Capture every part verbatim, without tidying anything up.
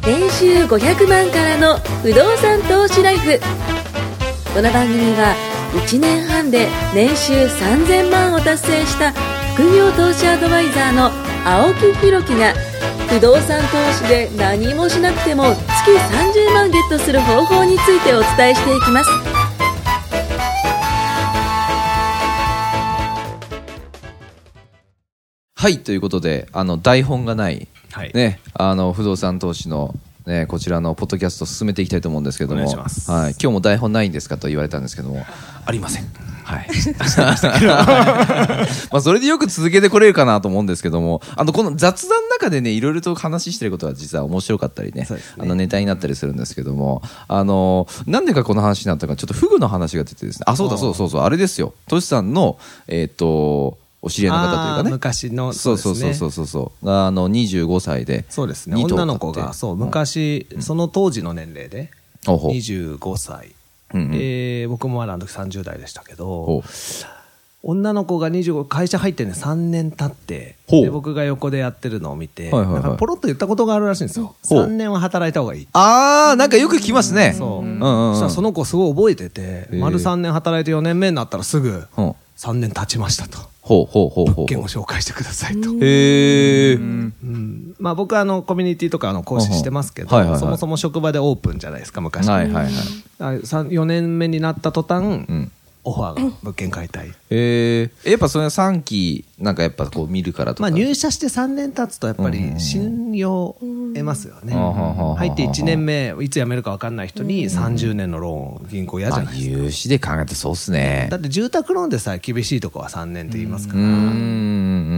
年収ごひゃくまんからの不動産投資ライフ。この番組はいちねんはんで年収さんぜんまんを達成した副業投資アドバイザーの青木弘樹が不動産投資で何もしなくても月さんじゅうまんゲットする方法についてお伝えしていきます。 はい、ということであの台本がない、はいね、あの不動産投資の、ね、こちらのポッドキャストを進めていきたいと思うんですけども、お願いします。はい、今日も台本ないんですかと言われたんですけども、ありません。はい、まあそれでよく続けてこれるかなと思うんですけども、あのこの雑談の中でねいろいろと話してることは実は面白かったり ね, ねあのネタになったりするんですけども、あのなんでかこの話になったか、ちょっとフグの話が出てですね、あそうだそうそうそうあれですよ、トシさんのえっ、ー、とお知り合いの方というかね、 昔のそうそうそうそうそうそうあのにじゅうごさいでそうですね、女の子がそう昔、うん、その当時の年齢でにじゅうごさい、うんうん、で僕もまだあの時さんじゅう代でしたけど、女の子がにじゅうご会社入ってねさんねん経ってで僕が横でやってるのを見て、はいはいはい、なんかポロッと言ったことがあるらしいんですよ。さんねんは働いた方がいい。あーなんかよく聞きますね。 そう、うんうんうん、そしたらその子すごい覚えてて、丸さんねん働いてよねんめになったらすぐさんねん経ちましたと。 ほうほうほうほう、 物件を紹介してくださいと。 へー、 うんうん、まあ僕はあのコミュニティとかあの講師してますけど、はいはいはい、そもそも職場でオープンじゃないですか昔、はいはいはい、よねんめになった途端、うん、オファーが物件買いたい、 えー、やっぱそれはさんきなんかやっぱこう見るからとか、 まあ、入社してさんねん経つとやっぱり信用得ますよね。入っていちねんめいつ辞めるか分かんない人にさんじゅうねんのローン銀行嫌じゃないですか。 融資で考えてそうっすね。 だって住宅ローンでさえ厳しいとこはさんねんって言いますから、うん、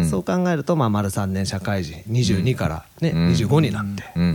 そう考えるとまあ丸さんねん社会人にじゅうにからね、うん、にじゅうごになって、うん、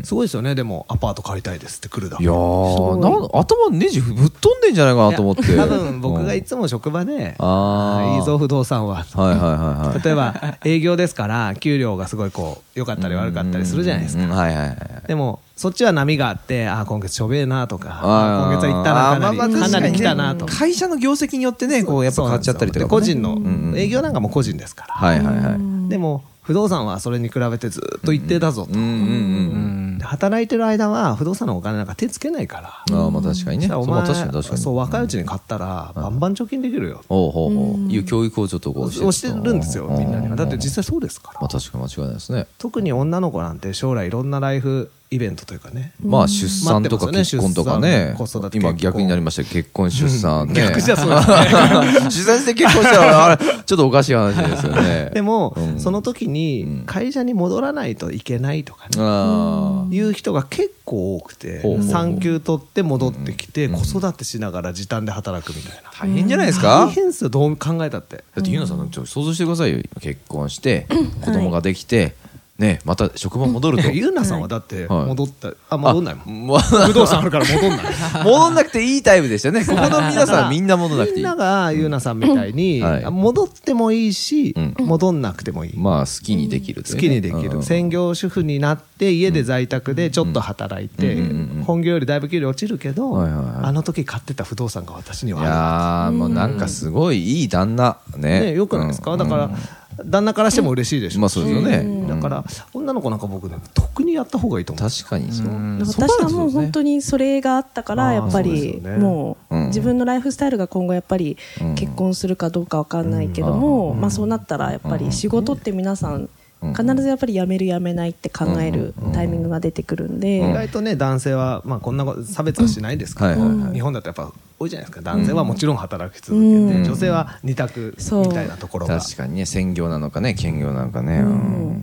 すごいですよね。でもアパート借りたいですって来るだけ。 いやーなん頭ネジぶっ飛んでんじゃないかなと思って。 多分僕がいつも職場であいいぞ不動産は、はいはいはいはい、例えば営業ですから給料がすごいこう良かったり悪かったりするじゃないですか、うんうんはいはいはい、でもそっちは波があってあ今月しょべえなとか今月は行ったなかなり、まあまあ、かなり来たなとか会社の業績によってねこうやっぱ変わっちゃったりとか、ね、 個人の、うんうん、営業なんかも個人ですから、はいはいはい、でも不動産はそれに比べてずっと一定だぞと、うんうんうんうん、で働いてる間は不動産のお金なんか手つけないから、 あまあ確かにね、 お前そう若いうちに買ったらバンバン貯金できるよ、 おうほうほういう教育をちょっとこう教えてるんですよみんなには。だって実際そうですから、 まあ、確かに間違いないですね。 特に女の子なんて将来いろんなライフイベントというかね、 まあ出産とか結婚とかね、今逆になりましたけど結婚出産ね、逆じゃそうですね出産して結婚したらあれちょっとおかしい話ですよね。 でも、うん、その時に会社に戻らないといけないとかね、うん、いう人が結構多くて、うん、産休取って戻ってきて、うん、子育てしながら時短で働くみたいな、 大変じゃないですか。 大変ですよどう考えたって。 だってゆうなさんちょっと想像してくださいよ、結婚して子供ができて、はいね、また職場戻るとゆうなさんはだって戻った、はい、あ戻んないもん不動産あるから戻んない戻んなくていいタイプでしたね。ここの皆さんみんな戻んなくていい。 みんながゆうなさんみたいに、はい、戻ってもいいし、うん、戻んなくてもいい、 まあ好きにできる、 ね、好きにできる、うん、専業主婦になって家で在宅でちょっと働いて、うんうん、本業よりだいぶ給料落ちるけど、はいはいはい、あの時買ってた不動産が私にはある。いやもうなんかすごいいい旦那 ね, ねよくないですか、うん、だから旦那からしても嬉しいでしょ、 まあそうですよね、 うん、だから女の子なんか僕ね特にやった方がいいと思う。 確かにそう、うん、 私はもう本当にそれがあったからやっぱりもう自分のライフスタイルが今後やっぱり結婚するかどうか分かんないけども、まあそうなったらやっぱり仕事って皆さん必ずやっぱり辞める辞めないって考えるタイミングが出てくるんで、 意外とね男性はまあこんな差別はしないですけど、日本だとやっぱ多いじゃないですか。男性はもちろん働き続けて、うん、女性は二択みたいなところが確かにね、専業なのかね兼業なのかね、うん、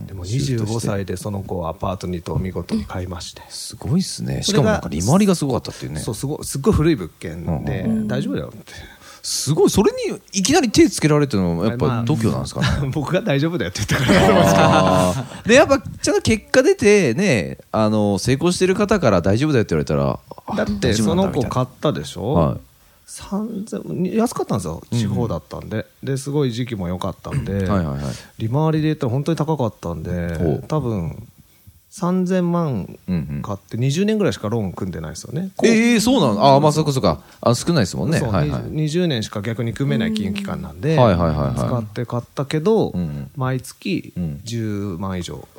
でもにじゅうごさいでその子をアパートにと見事に買いまして、 すごいっすね。しかもなんか利回りがすごかったっていうね。 そうすごいすっごい古い物件で、うん、大丈夫だよって、 すごい。それにいきなり手つけられてるのもやっぱ度胸なんですかね、まあ、 僕が大丈夫だよって言ったからでやっぱちゃんと結果出てね、あの成功してる方から大丈夫だよって言われたら、 だってその子買ったでしょ、はい、さんぜん安かったんですよ、地方だったんで、うん、ですごい時期も良かったんで、はいはいはい、利回りで言ったら本当に高かったんで、多分さんぜんまん買ってにじゅうねんぐらいしかローン組んでないですよね。 えー、そうなの。あ、まあそこそこあ少ないですもんね。 そう、 はいはい、 にじゅうねんしか逆に組めない金融期間なんで、はいはいはいはい、使って買ったけど、うん、毎月じゅうまん以上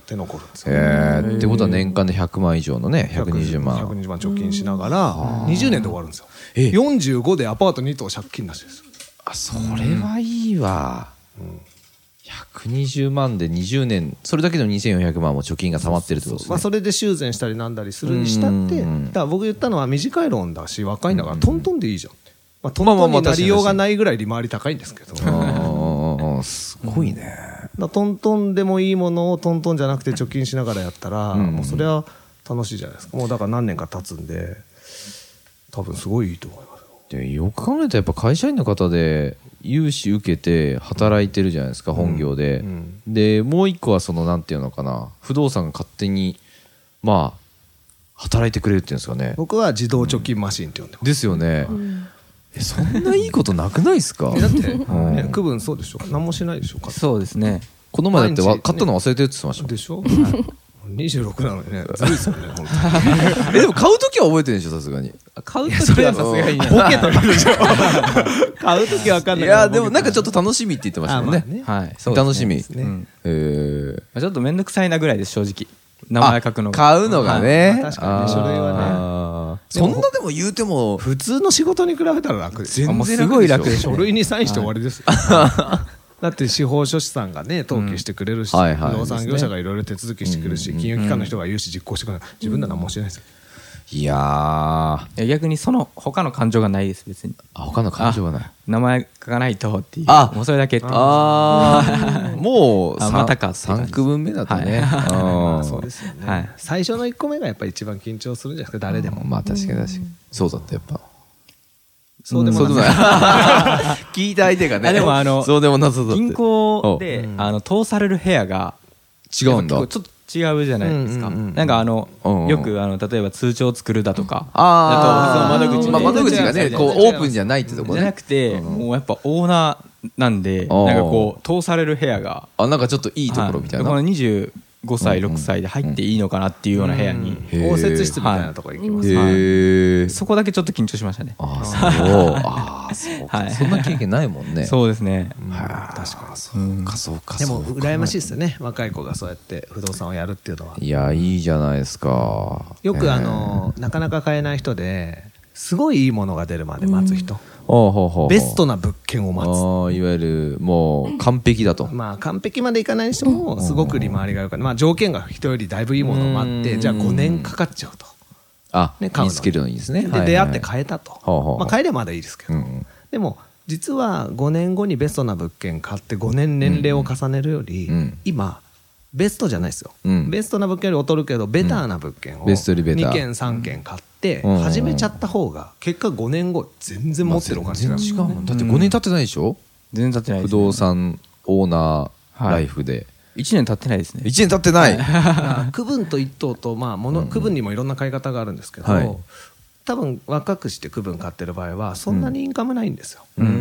手残るんですよ。 へーってことは年間でひゃくまん以上のねひゃくにじゅうまんひゃくにじゅうまん貯金しながらにじゅうねんで終わるんですよ。よんじゅうごでアパートに棟借金なしです。 あ、それはいいわ、うん、ひゃくにじゅうまんでにじゅうねんそれだけでもにせんよんひゃくまんも貯金が溜まってるってことですね。 まあ、それで修繕したりなんだりするにしたってだから僕言ったのは短いローンだし若いんだからトントンでいいじゃんって、まあ、トントンになりようがないぐらい利回り高いんですけど、 あすごいね、 うん、だトントンでもいいものをトントンじゃなくて貯金しながらやったら、うん、もうそれは楽しいじゃないですか。もうだから何年か経つんで多分すごいいいと思います。 でよく考えたらやっぱ会社員の方で融資受けて働いてるじゃないですか、うん、本業で、うんうん、でもう一個はそのなんていうのかな不動産が勝手にまあ働いてくれるっていうんですかね。 僕は自動貯金マシンって呼んでます、 うん、ですよね、うん、えそんないいことなくないですかだって、うんね、区分そうでしょ何もしないでしょ。 そうですね。 この前だって買ったの忘れてるって言ってました、 ね、でしょ、はいにじゅうろくなのにねずるいですよね本当にえでも買うときは覚えてるでしょさすがに。 買うときはさすがにボケとるでしょ買うときは分かんない。 いやでもなんかちょっと楽しみって言ってましたもんね。 ねはい、 そうですね楽しみ、 うん、 えー、 ちょっと面倒くさいなぐらいです正直名前書くのが買うのがね、 まあ、確かに書類はねそんなでも言うても普通の仕事に比べたら楽です。 全然すごい楽でしょ。 書類にサインして終わりですよ、だって司法書士さんがね登記してくれるし、 うんはいはい、 不動産業者がいろいろ手続きしてくるし、金融機関の人が融資実行してくれる、自分では何もしないですよ。 いやー逆にその他の感情がないです別に。 あ他の感情がない。 名前書かないとっていう。 あもうそれだけって。 あもうあまたかさん区分目だとね、 はい、そうですよね、 はい、 最初のいっこめがやっぱり一番緊張するんじゃないですか誰でも、 うん、まあ確かに確かにそうだったやっぱそうでもなさ聞いた相手がねでもあのそうでもなさだって銀行で、うん、あの通される部屋が違うんだ。 ちょっと違うじゃないですか、うんうんうん、なんかあの、うんうん、よくあの例えば通帳を作るだとか、 ああとその窓口、 まあ、窓口がねこうオープンじゃないってとこねじゃなくて、うん、もうやっぱオーナーなんでなんかこう通される部屋があなんかちょっといいところみたいな、 はい、このにじゅうごさいろくさいで入っていいのかなっていうような部屋に、 応接室みたいなところに行きます、 はいはい、そこだけちょっと緊張しましたね。 あそうあそうか、はい、そんな経験ないもんね。 そうですね、 うん、確かにそうかそうか。 でも羨ましいですよね若い子がそうやって不動産をやるっていうのは。 いやいいじゃないですか。 よくあのなかなか買えない人ですごいいいものが出るまで待つ人、 うん、 ベストな物件を待つ。 あいわゆるもう完璧だと、 まあ完璧までいかないにしてもすごく利回りが良かった、まあ、条件が人よりだいぶいいものを待ってじゃあごねんかかっちゃうと、 あ、ね、見つけるのにですね。 で、はいはい、出会って買えたと、まあ、買えればまだいいですけど、 うん、 でも実はごねんごにベストな物件買ってごねん年齢を重ねるより、うん、今ベストじゃないですよ、うん、ベストな物件より劣るけどベターな物件をにけんさんけん買って始めちゃった方が結果ごねんご全然持ってるお金違う、 まあ、全然違う、だってごねん経ってないでしょ。 全然経ってないです、 ね、不動産オーナーライフで、はいいちねん経ってないですね。 いちねん経ってない区分と一棟と、まあ、もの区分にもいろんな買い方があるんですけど、はい、多分若くして区分買ってる場合はそんなにインカムないんですよ、うん、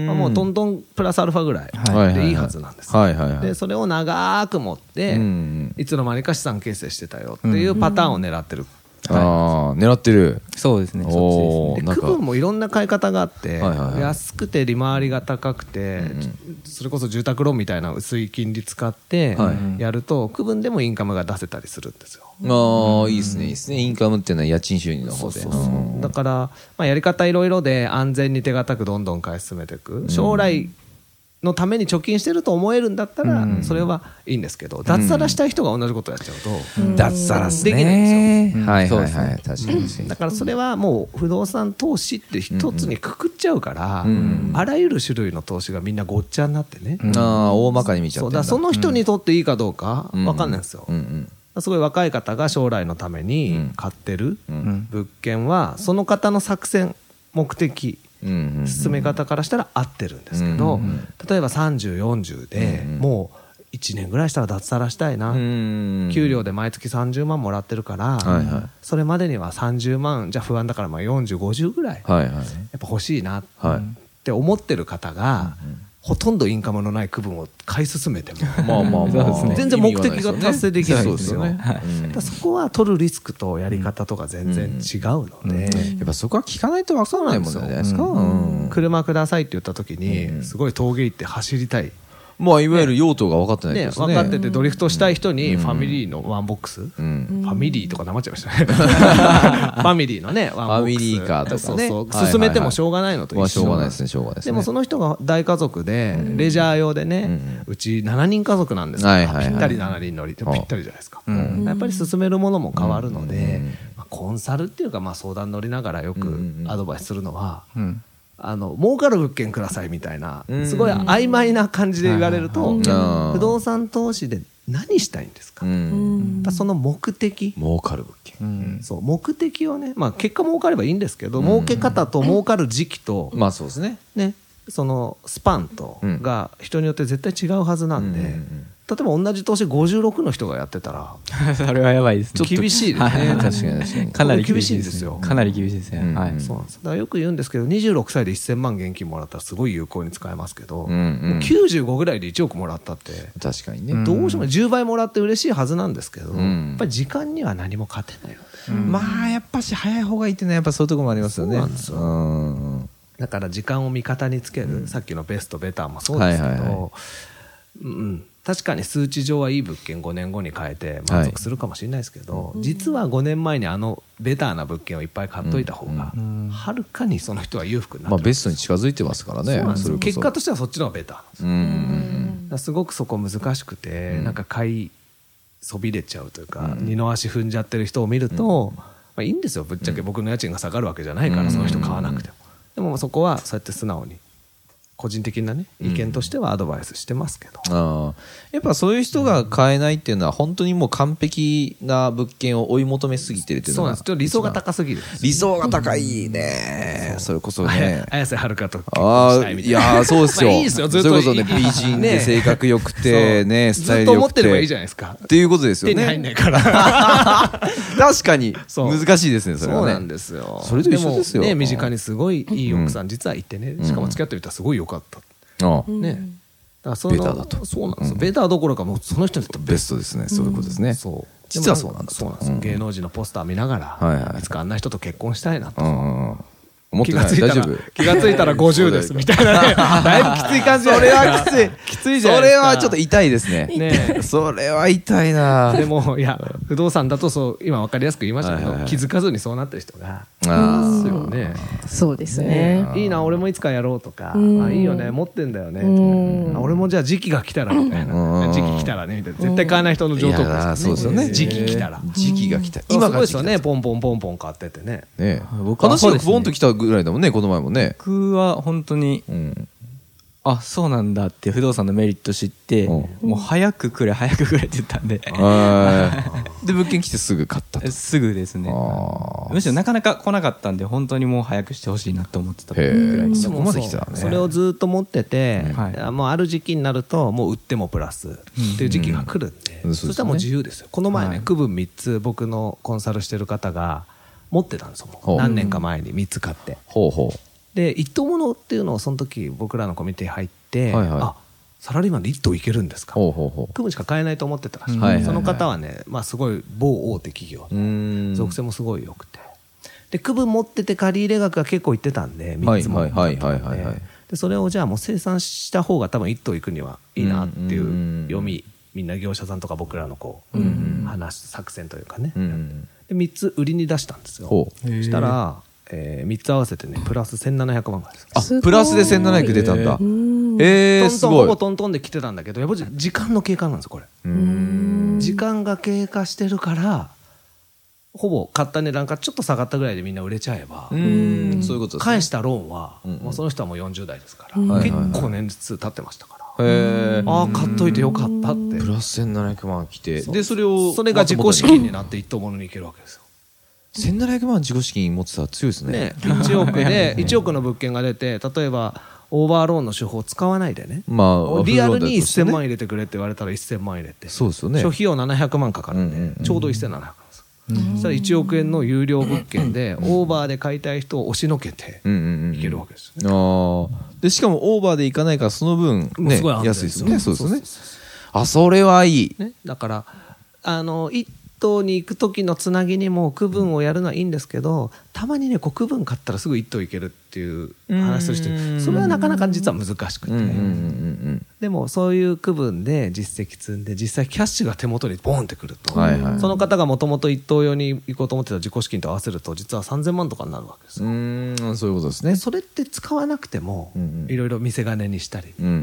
まあ、もうどんどんプラスアルファぐらいでいいはずなんです、 はいはいはい、 でそれを長く持って、うん、いつの間にか資産形成してたよっていうパターンを狙ってる、 うん、あ狙ってる。 そうですね。 そっちですね。で区分もいろんな買い方があって、はいはいはい、安くて利回りが高くて、うん、それこそ住宅ローンみたいな薄い金利使ってやると、はい、区分でもインカムが出せたりするんですよ。 ああいいですねいいですね。インカムっていうのは家賃収入の方で。 そうそうそう、うん、だから、まあ、やり方いろいろで安全に手堅くどんどん買い進めていく、将来のために貯金してると思えるんだったらそれはいいんですけど、脱サラしたい人が同じことやっちゃうと、うん、 脱サラできないんですよ、うん、はいはいはい、確かに。 だからそれはもう不動産投資って一つにくくっちゃうから、うんうん、あらゆる種類の投資がみんなごっちゃになってね、 うん、あ大まかに見ちゃってんだ。 そうだ、その人にとっていいかどうか分かんないんですよ、うんうんうん、すごい若い方が将来のために買ってる物件はその方の作戦目的進め方からしたら合ってるんですけど、うんうん、例えばさんじゅう、よんじゅうでもういちねんぐらいしたら脱サラしたいな、うん、給料で毎月さんじゅうまんもらってるから、はいはい、それまでにはさんじゅうまんじゃ不安だからまあよんじゅう、ごじゅうぐらいやっぱ欲しいなって思ってる方がほとんどインカムのない区分を買い進めてもまあまあまあ全然目的が達成できないんですよ。そこは取るリスクとやり方とか全然違うので、 やっぱそこは聞かないと分からないもんじゃないですか。 車くださいって言った時にすごい峠行って走りたいまあいわゆる用途が分かってないですね。 分かっててドリフトしたい人にファミリーのワンボックス、ファミリーとかなまっちゃいましたね。ファミリーのねワンボックス、ファミリーカーとかね、そうそう進めてもしょうがないのと一緒。 しょうがないですね、しょうがないですね。 でもその人が大家族でレジャー用でね、うちしちにん家族なんですから、ぴったりしちにん乗りってぴったりじゃないですか。やっぱり進めるものも変わるので、コンサルっていうかまあ相談乗りながらよくアドバイスするのは、あの儲かる物件くださいみたいなすごい曖昧な感じで言われると、不動産投資で何したいんですか、その目的、 儲かる物件、そう目的をね、まあ結果儲かればいいんですけど、儲け方と儲かる時期と、 まあそうですね、 ね、そのスパンとが人によって絶対違うはずなんで、例えば同じ投資ごじゅうろくの人がやってたらそれはやばいですね。 厳しいですね。 確かに確かにかなり厳しいんですよ。 かなり厳しいですね。はい。 そうなんです。だからよく言うんですけど、にじゅうろくさいでせんまん現金もらったらすごい有効に使えますけど、きゅうじゅうごぐらいでいちおくもらったって確かにね、 どうしてもじゅうばいもらって嬉しいはずなんですけど、やっぱり時間には何も勝てないので、 まあやっぱし早い方がいいっていうのはやっぱそういうところもありますよね。 そうなんですよ。だから時間を味方につける、さっきのベストベターもそうですけど、うん、確かに数値上はいい物件ごねんごに変えて満足するかもしれないですけど、はい、実はごねんまえにあのベターな物件をいっぱい買っといた方がはるかにその人は裕福になってる、 まあ、ベストに近づいてますからね。 そうなんですよ。結果としてはそっちの方がベターなんですよ。うん、だすごくそこ難しくて、うん、なんか買いそびれちゃうというか、うん、二の足踏んじゃってる人を見ると、うんまあ、いいんですよ。ぶっちゃけ僕の家賃が下がるわけじゃないから、うん、その人買わなくても。でもそこはそうやって素直に個人的なね意見としてはアドバイスしてますけど、 うん、あやっぱそういう人が買えないっていうのは本当にもう完璧な物件を追い求めすぎてるっていうのが、 そうなんです。理想が高すぎる。 理想が高いね、うん、それこそね綾瀬はるかと結婚したいみたいな。 いやそうですよ、 まあ、いいですよ。ずっとそういうことね、美人で性格良くてね、ねスタイル良くてずっと思ってればいいじゃないですかっていうことですよね。 手に入んないから確かに難しいですね。それはね。 そうなんですよ。 それと一緒ですよ。 でもね、身近にすごいいい奥さん実はいてね、しかも付き合ってみたらすごい良かった、 ああね、だからそのベターだと。 そうなんですよ、うん、ベターどころかもうその人にとってベストですね。そういうことですね、うん、そう実はそうなんだ。 そうなんですよ、うん、芸能人のポスター見ながら、はいはい、いつかあんな人と結婚したいなと、 うんうん、思ってない。 気がついたら大丈夫。 気がついたらごじゅうですみたいなねだいぶきつい感じ。 それはきついきついじゃないですか。 それはちょっと痛いですね。ねそれは痛いな。 でもいや不動産だとそう今分かりやすく言いましたけど、はいはいはい、気づかずにそうなってる人があですよね。 そうですね。 いいな俺もいつかやろうとか、あいいよね持ってんだよね、俺もじゃあ時期が来たらみたいな、時期来たらねみたいな、絶対買わない人の上等ですよね。 そうですよね。 時期来たら時期が来た。 今がですよね。ポンポンポンポン買っててね。 ね僕は話がポンと来たぐらいだもんね、この前もね。 僕は本当に、うん、あそうなんだって不動産のメリット知って、うん、もう早くくれ早くくれって言ったんでで物件来てすぐ買ったと。 すぐですね。むしろなかなか来なかったんで本当にもう早くしてほしいなと思ってたぐらい。 そこまで来たらね。 それをずっと持ってて、はい、もうある時期になるともう売ってもプラスっていう時期が来るんで、うんうん、そしたらもう自由ですよ。この前ね、はい、区分みっつ僕のコンサルしてる方が持ってたんですよ。何年か前にみっつ買って、 ほうほうで一等物っていうのをその時僕らのコミュニティ入って、はいはい、あサラリーマンで一等いけるんですか、ほうほうほう区分しか買えないと思ってたらしい、はいはいはい、その方はね、まあ、すごい某大手企業で属性もすごい良くて、で区分持ってて借り入れ額が結構いってたんでみっつもでそれをじゃあもう生産した方が多分一等いくにはいいなっていう読み、みんな業者さんとか僕らのこう、うん、話作戦というかね、うん、でみっつ売りに出したんですよ。そしたらえー、みっつ合わせてねプラスせんななひゃくまんぐらいです。 あプラスでせんななひゃく出たんだ。えー、すごい。 ほぼトントンで来てたんだけどやっぱり時間の経過なんですよこれ。うーん時間が経過してるからほぼ買った値段からちょっと下がったぐらいでみんな売れちゃえば、うーんそういうことですね。返したローンは、うんうん、もうその人はもうよんじゅうだいですから、結構年数経ってましたから。へああ買っといてよかったってプラスせんななひゃくまん来てでそれをそれが自己資金になって一等物にいけるわけですよ。 せんななひゃくまん自己資金持ってたら強いですね。 ねいちおくでいちおくの物件が出て例えばオーバーローンの手法を使わないでね、まあ、リアルにせんまん入れてくれって言われたらせんまん入れて、 そうですよね、 諸費用ななひゃくまんかかるんで、うんうんうん、ちょうどせんななひゃくまんです、うん、そしたらいちおくえんの有料物件でオーバーで買いたい人を押しのけていけるわけですよね、うんうんうん、あでしかもオーバーでいかないからその分、ね、安いですよね。そうですよね。あそれはいい、 ね、だからあのい棟に行く時のつなぎにも区分をやるのはいいんですけど、たまにねこう区分買ったらすぐ一棟行けるっていう話をして、それはなかなか実は難しくて、でもそういう区分で実績積んで実際キャッシュが手元にボンってくると、はいはい、その方がもともと一棟用に行こうと思ってた自己資金と合わせると実はさんぜんまんとかになるわけですよ。 うーん、そういうことですね。 それって使わなくてもいろいろ見せ金にしたり、うんうんうん、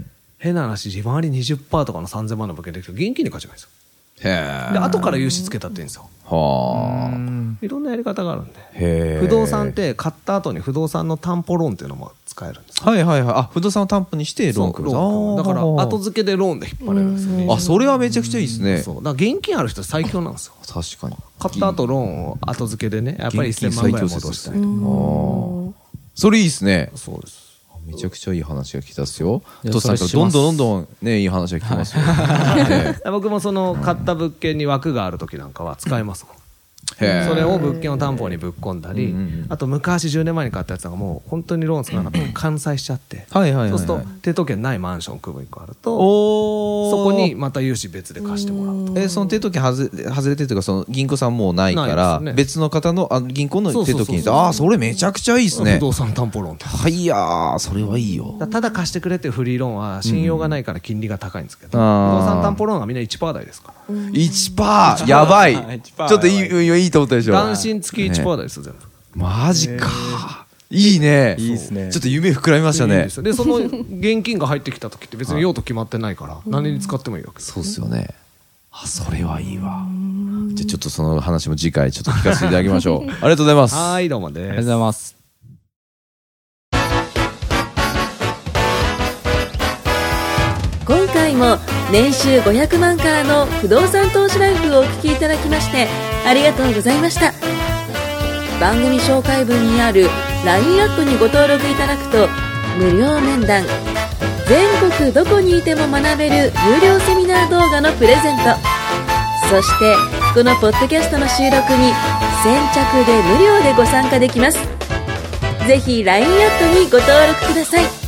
変な話利回り にじゅっパーセント とかのさんぜんまんの物件できると現金で買っちゃうんですよ。へで後から融資つけたっていいんですよ。はあ、いろんなやり方があるんで、へ不動産って買った後に不動産の担保ローンっていうのも使えるんです。 はいはいはい。あ、不動産を担保にしてローン組む。 だから後付けでローンで引っ張れるんですよね。 あ、それはめちゃくちゃいいですね。 そうだから現金ある人最強なんですよ。 確かに。 買った後ローンを後付けでね、やっぱりせんまんぐらい戻したり。 それいいですね。 そうです。 めちゃくちゃいい話が聞きたすよ。とさんからどんどんどんどんね、いい話が聞きますよ。ね、 僕もその買った物件に枠がある時なんかは使えますもん。それを物件を担保にぶっ込んだり、あと昔じゅうねんまえに買ったやつがもう本当にローン使わなかったら完済しちゃって、そうすると抵当権ないマンション区分いっこあると、そこにまた融資別で貸してもらうと。 えその抵当権外れ外れてるというか、その銀行さんもうないから別の方のあ銀行の抵当権に、ああそれめちゃくちゃいいですね。 不動産担保ローンって。 はいやー、それはいいよ。 ただ貸してくれっていうフリーローンは信用がないから金利が高いんですけど、不動産担保ローンはみんないちパーセント 台ですから。 いちパーセント やばい。ちょっといいいいと思ったでしょ。 元金付き いちパーセント 台ですよ全部。 マジか。いいね。いいですね。ちょっと夢膨らみましたね。 でその現金が入ってきた時って別に用途決まってないから何に使ってもいいわけ。 そうですよね。あ、それはいいわ。じゃあちょっとその話も次回ちょっと聞かせていただきましょう。ありがとうございます。 はい、どうもです。 ありがとうございます。 今回も年収ごひゃくまんからの不動産投資ライフをお聞きいただきましてありがとうございました。番組紹介文にある ライン アップにご登録いただくと無料面談、全国どこにいても学べる有料セミナー動画のプレゼント、そしてこのポッドキャストの収録に先着で無料でご参加できます。ぜひ ライン アットにご登録ください。